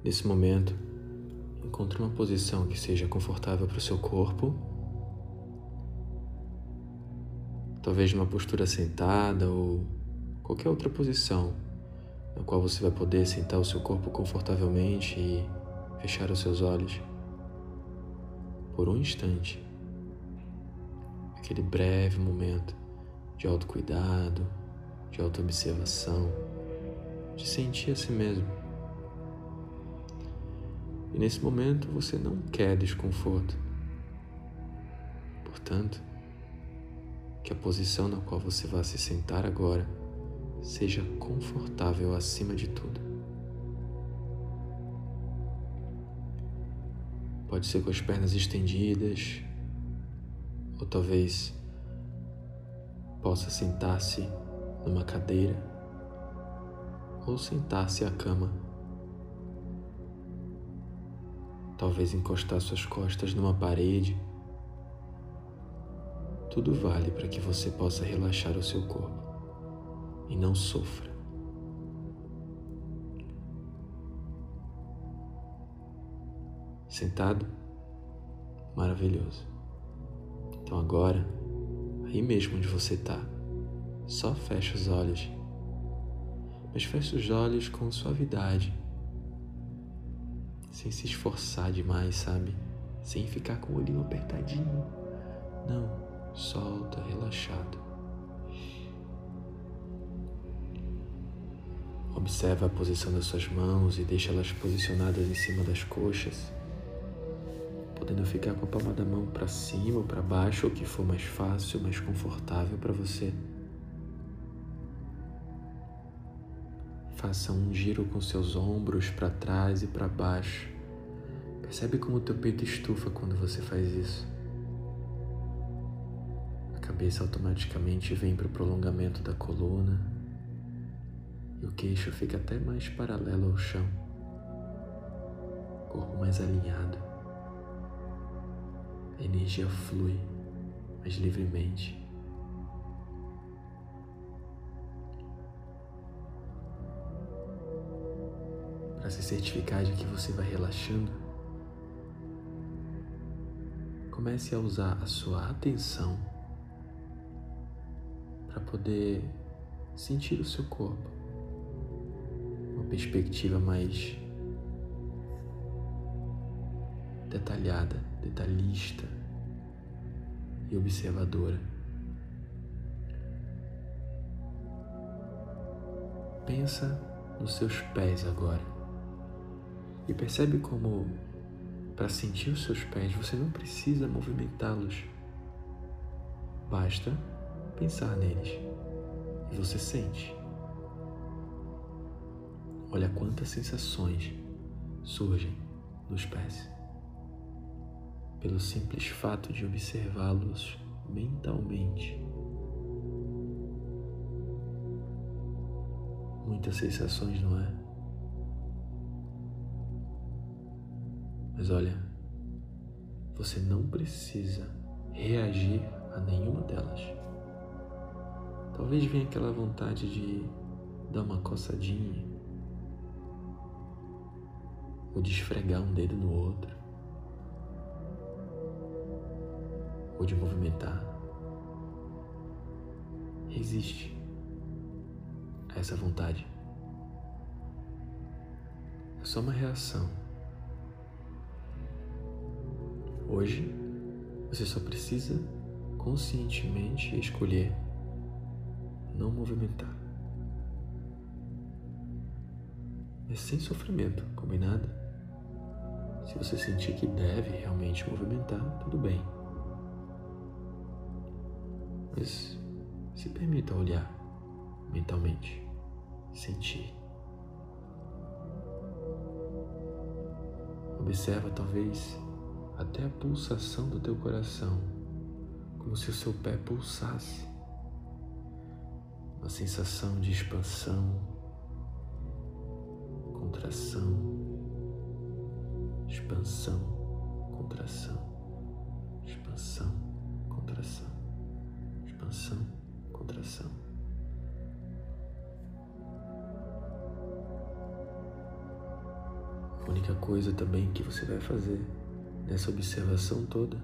Nesse momento, encontre uma posição que seja confortável para o seu corpo. Talvez numa postura sentada ou qualquer outra posição na qual você vai poder sentar o seu corpo confortavelmente e fechar os seus olhos por um instante. Aquele breve momento de autocuidado, de autoobservação, de sentir a si mesmo. E nesse momento você não quer desconforto. Portanto, que a posição na qual você vai se sentar agora seja confortável acima de tudo. Pode ser com as pernas estendidas, ou talvez possa sentar-se numa cadeira, ou sentar-se à cama. Talvez encostar suas costas numa parede. Tudo vale para que você possa relaxar o seu corpo e não sofra. Sentado? Maravilhoso. Então agora, aí mesmo onde você está, só fecha os olhos. Mas fecha os olhos com suavidade, sem se esforçar demais, sabe? Sem ficar com o olhinho apertadinho. Não, solta, relaxado. Observa a posição das suas mãos e deixa elas posicionadas em cima das coxas, podendo ficar com a palma da mão para cima ou para baixo, o que for mais fácil, mais confortável para você. Faça um giro com seus ombros para trás e para baixo. Percebe como o teu peito estufa quando você faz isso. A cabeça automaticamente vem para o prolongamento da coluna e o queixo fica até mais paralelo ao chão. Corpo mais alinhado. A energia flui mais livremente. Para se certificar de que você vai relaxando, comece a usar a sua atenção para poder sentir o seu corpo. Uma perspectiva mais detalhada, detalhista e observadora. Pensa nos seus pés agora e percebe como, para sentir os seus pés, você não precisa movimentá-los. Basta pensar neles e você sente. Olha quantas sensações surgem nos pés pelo simples fato de observá-los mentalmente. Muitas sensações, não é? Mas olha, você não precisa reagir a nenhuma delas. Talvez venha aquela vontade de dar uma coçadinha, ou de esfregar um dedo no outro, ou de movimentar. Resiste a essa vontade. É só uma reação. Hoje, você só precisa conscientemente escolher não movimentar. Mas sem sofrimento, combinado? Se você sentir que deve realmente movimentar, tudo bem. Mas se permita olhar mentalmente, sentir. Observa talvez até a pulsação do teu coração, como se o seu pé pulsasse. Uma sensação de expansão, contração, expansão, contração, expansão, contração, expansão, contração. A única coisa também que você vai fazer nessa observação toda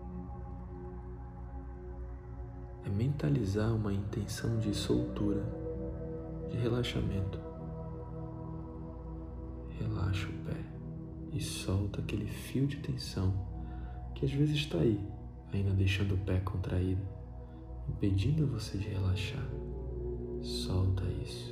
é mentalizar uma intenção de soltura, de relaxamento. Relaxa o pé e solta aquele fio de tensão que às vezes está aí, ainda deixando o pé contraído, impedindo você de relaxar. Solta isso.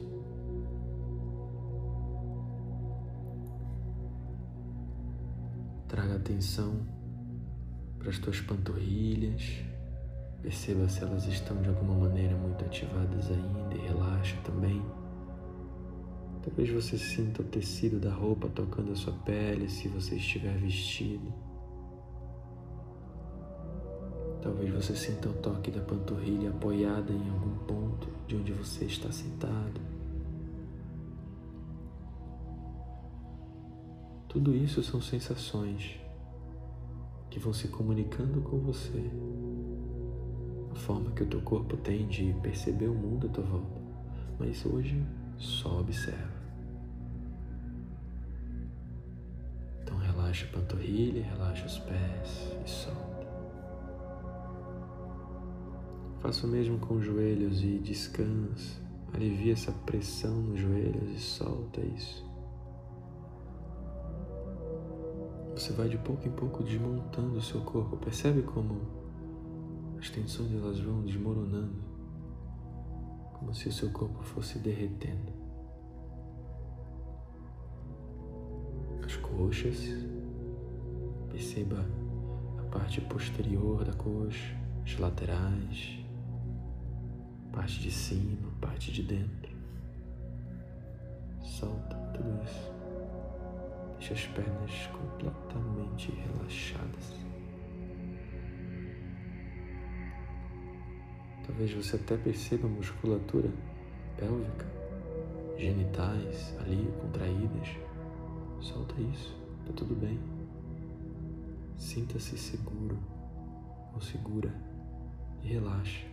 Traga atenção para as tuas panturrilhas. Perceba se elas estão de alguma maneira muito ativadas ainda e relaxa também. Talvez você sinta o tecido da roupa tocando a sua pele se você estiver vestido. Talvez você sinta o toque da panturrilha apoiada em algum ponto de onde você está sentado. Tudo isso são sensações que vão se comunicando com você. A forma que o teu corpo tem de perceber o mundo à tua volta. Mas hoje só observa. Então relaxa a panturrilha, relaxa os pés e solta. Faça o mesmo com os joelhos e descansa. Alivia essa pressão nos joelhos e solta isso. Você vai de pouco em pouco desmontando o seu corpo. Percebe como as tensões elas vão desmoronando, como se o seu corpo fosse derretendo. As coxas, perceba a parte posterior da coxa, as laterais, parte de cima, parte de dentro. Solta tudo isso. Deixa as pernas completamente relaxadas. Talvez você até perceba a musculatura pélvica, genitais ali contraídas. Solta isso, tá tudo bem. Sinta-se seguro ou segura e relaxe.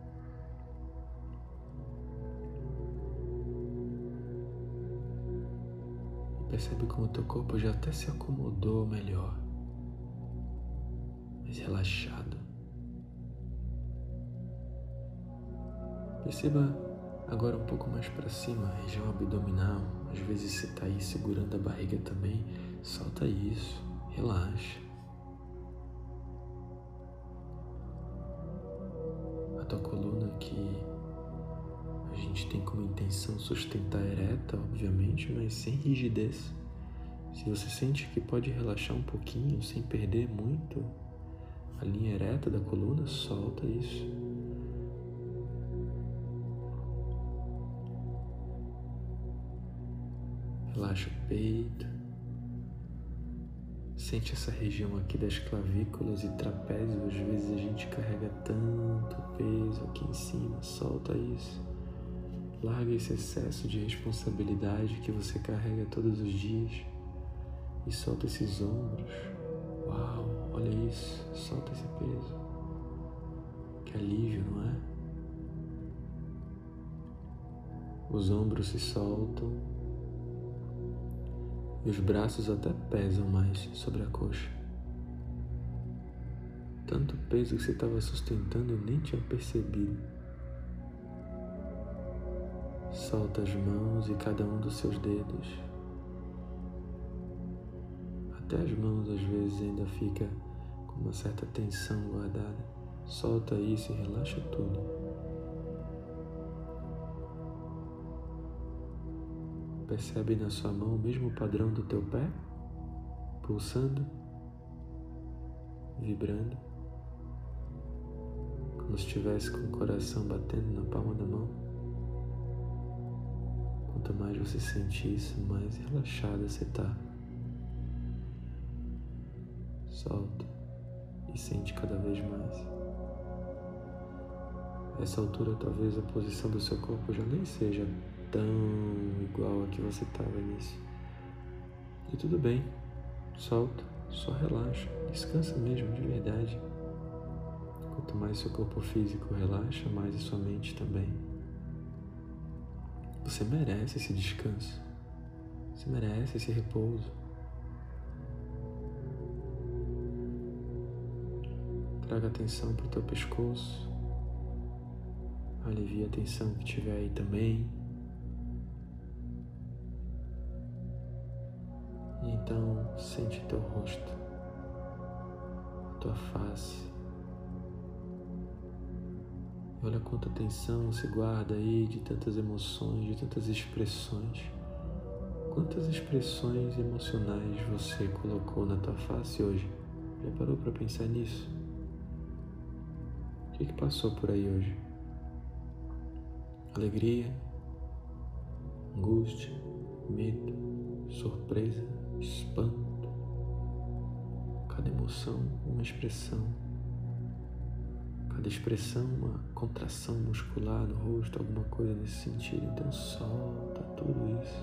Percebe como o teu corpo já até se acomodou melhor, mais relaxado. Perceba agora um pouco mais para cima, a região abdominal. Às vezes você está aí segurando a barriga também. Solta isso, relaxa. A tua coluna que a gente tem como intenção sustentar ereta, obviamente, mas sem rigidez. Se você sente que pode relaxar um pouquinho, sem perder muito a linha ereta da coluna, solta isso. Relaxa o peito. Sente essa região aqui das clavículas e trapézio. Às vezes a gente carrega tanto peso aqui em cima. Solta isso. Larga esse excesso de responsabilidade que você carrega todos os dias. E solta esses ombros. Uau, olha isso. Solta esse peso. Que alívio, não é? Os ombros se soltam. E os braços até pesam mais sobre a coxa. Tanto peso que você estava sustentando, eu nem tinha percebido. Solta as mãos e cada um dos seus dedos. Até as mãos às vezes ainda fica com uma certa tensão guardada. Solta isso e relaxa tudo. Percebe na sua mão o mesmo padrão do teu pé? Pulsando, vibrando, como se estivesse com o coração batendo na palma da mão. Quanto mais você sente isso, mais relaxada você está. Solta e sente cada vez mais. A essa altura, talvez a posição do seu corpo já nem seja tão igual a que você estava nisso. E tudo bem, solta, só relaxa, descansa mesmo, de verdade. Quanto mais seu corpo físico relaxa, mais a sua mente também. Você merece esse descanso, você merece esse repouso. Traga atenção para o teu pescoço. Alivia a tensão que tiver aí também. E então sente teu rosto, tua face. E olha quanta tensão se guarda aí de tantas emoções, de tantas expressões. Quantas expressões emocionais você colocou na tua face hoje? Já parou para pensar nisso? O que passou por aí hoje? Alegria, angústia, medo, surpresa, espanto. Cada emoção, uma expressão. Cada expressão, uma contração muscular no rosto, alguma coisa nesse sentido. Então solta tudo isso.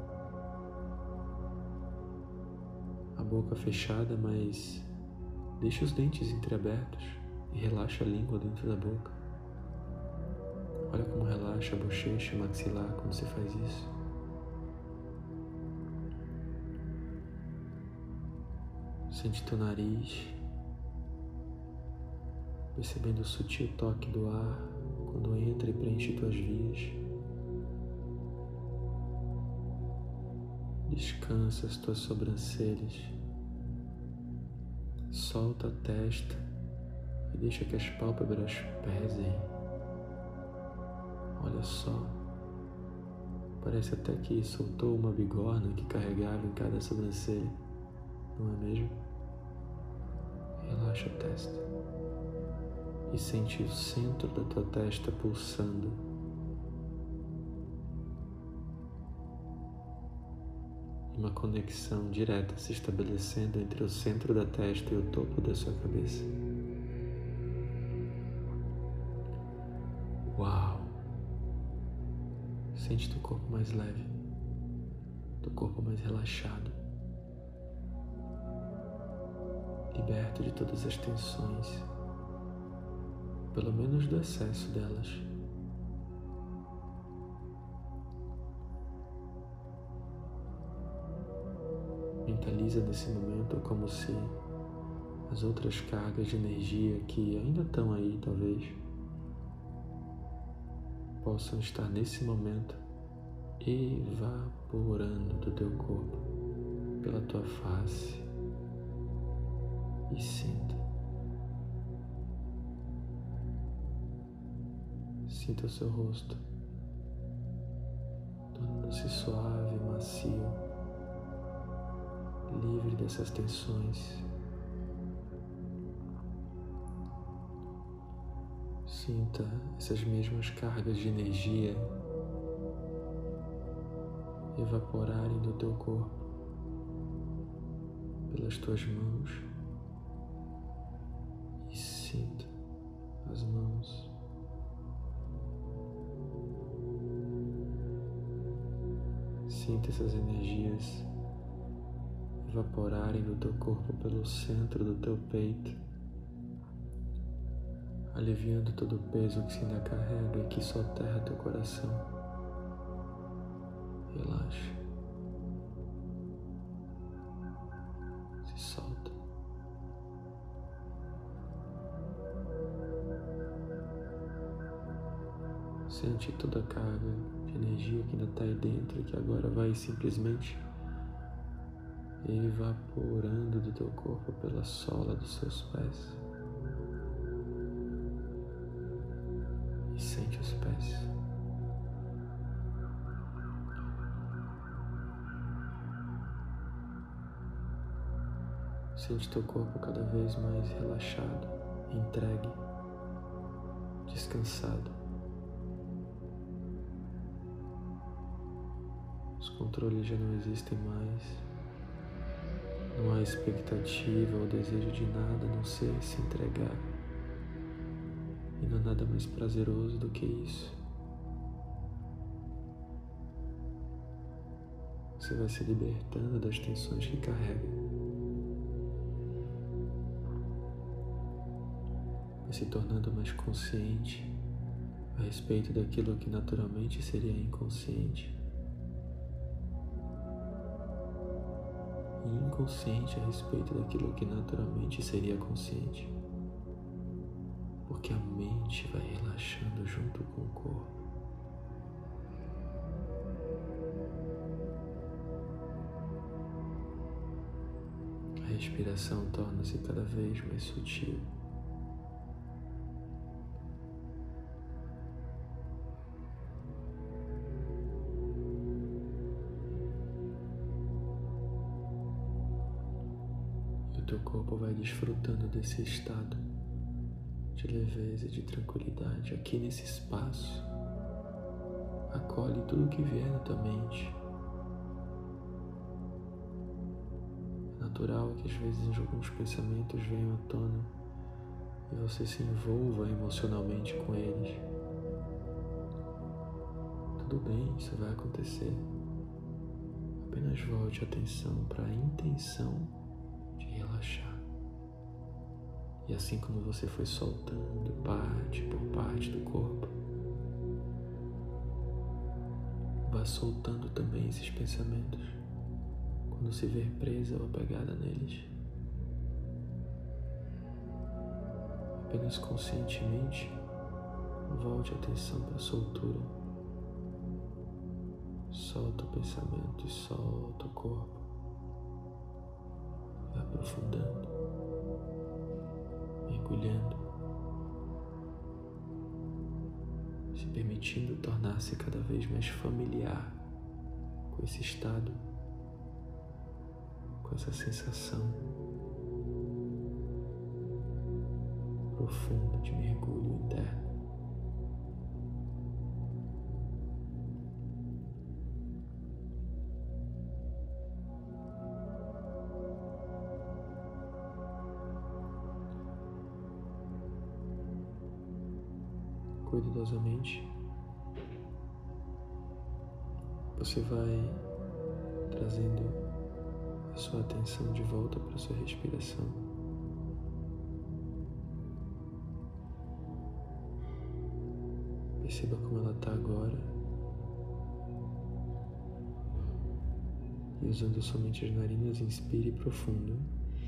A boca fechada, mas deixa os dentes entreabertos e relaxa a língua dentro da boca. Olha como relaxa a bochecha e o maxilar quando você faz isso. Sente teu nariz, percebendo o sutil toque do ar quando entra e preenche tuas vias. Descansa as tuas sobrancelhas. Solta a testa e deixa que as pálpebras pesem. Olha só, parece até que soltou uma bigorna que carregava em cada sobrancelha, não é mesmo? Relaxa a testa e sente o centro da tua testa pulsando. Uma conexão direta se estabelecendo entre o centro da testa e o topo da sua cabeça. Uau! Sente teu corpo mais leve, teu corpo mais relaxado, liberto de todas as tensões, pelo menos do excesso delas. Mentaliza nesse momento como se as outras cargas de energia que ainda estão aí, talvez, possam estar nesse momento evaporando do teu corpo, pela tua face, e sinta. Sinta o seu rosto, tornando-se suave, macio, livre dessas tensões. Sinta essas mesmas cargas de energia evaporarem do teu corpo, pelas tuas mãos, e sinta as mãos. Sinta essas energias evaporarem do teu corpo pelo centro do teu peito, aliviando todo o peso que se ainda carrega e que soterra teu coração. Relaxa. Se solta. Sente toda a carga de energia que ainda está aí dentro e que agora vai simplesmente evaporando do teu corpo pela sola dos seus pés. E sente os pés. Sente teu corpo cada vez mais relaxado, entregue, descansado. Os controles já não existem mais. Não há expectativa ou desejo de nada a não ser se entregar. E não há nada mais prazeroso do que isso. Você vai se libertando das tensões que carrega. Vai se tornando mais consciente a respeito daquilo que naturalmente seria inconsciente. E inconsciente a respeito daquilo que naturalmente seria consciente. porque a mente vai relaxando junto com o corpo. A respiração torna-se cada vez mais sutil. E o teu corpo vai desfrutando desse estado de leveza e de tranquilidade aqui nesse espaço. Acolhe tudo que vier na tua mente. É natural que às vezes alguns pensamentos venham à tona e você se envolva emocionalmente com eles. Tudo bem, isso vai acontecer. Apenas volte a atenção para a intenção de relaxar. E assim como você foi soltando parte por parte do corpo, vá soltando também esses pensamentos quando se ver presa ou apegada neles. Apenas conscientemente volte a atenção para a soltura. Solta o pensamento e solta o corpo. Vai aprofundando, mergulhando, se permitindo tornar-se cada vez mais familiar com esse estado, com essa sensação profunda de mergulho interno. Cuidadosamente, você vai trazendo a sua atenção de volta para a sua respiração. Perceba como ela está agora. E usando somente as narinas, inspire profundo.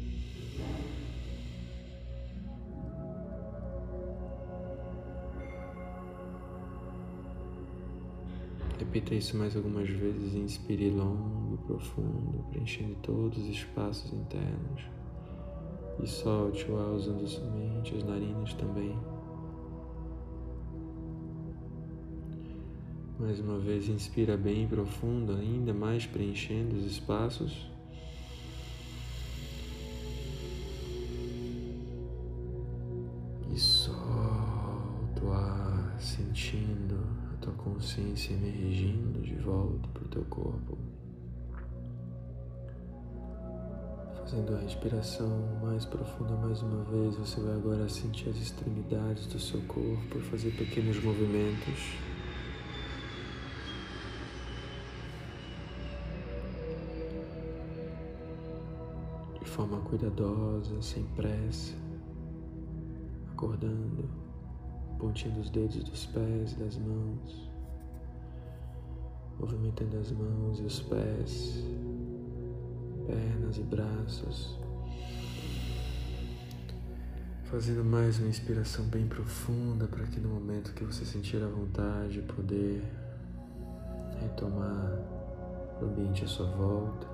Repita isso mais algumas vezes. Inspire longo, profundo, preenchendo todos os espaços internos. E solte o ar usando somente as narinas também. Mais uma vez, inspira bem profundo, ainda mais preenchendo os espaços. E solta o ar, sentindo a tua consciência emergindo de volta para o teu corpo. Fazendo a respiração mais profunda mais uma vez, você vai agora sentir as extremidades do seu corpo e fazer pequenos movimentos. De forma cuidadosa, sem pressa, acordando, pontinha dos dedos dos pés e das mãos, movimentando as mãos e os pés, pernas e braços, fazendo mais uma inspiração bem profunda para que no momento que você sentir a vontade, poder retomar o ambiente à sua volta.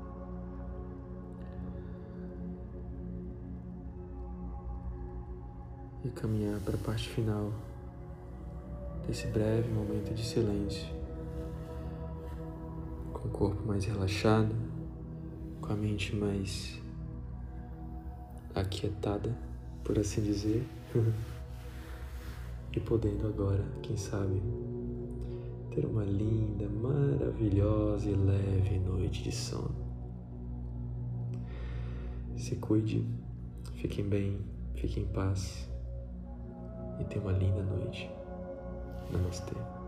E caminhar para a parte final desse breve momento de silêncio, com o corpo mais relaxado, com a mente mais aquietada, por assim dizer, e podendo agora, quem sabe, ter uma linda, maravilhosa e leve noite de sono. Se cuide, fiquem bem, fiquem em paz e tenha uma linda noite. Namastê.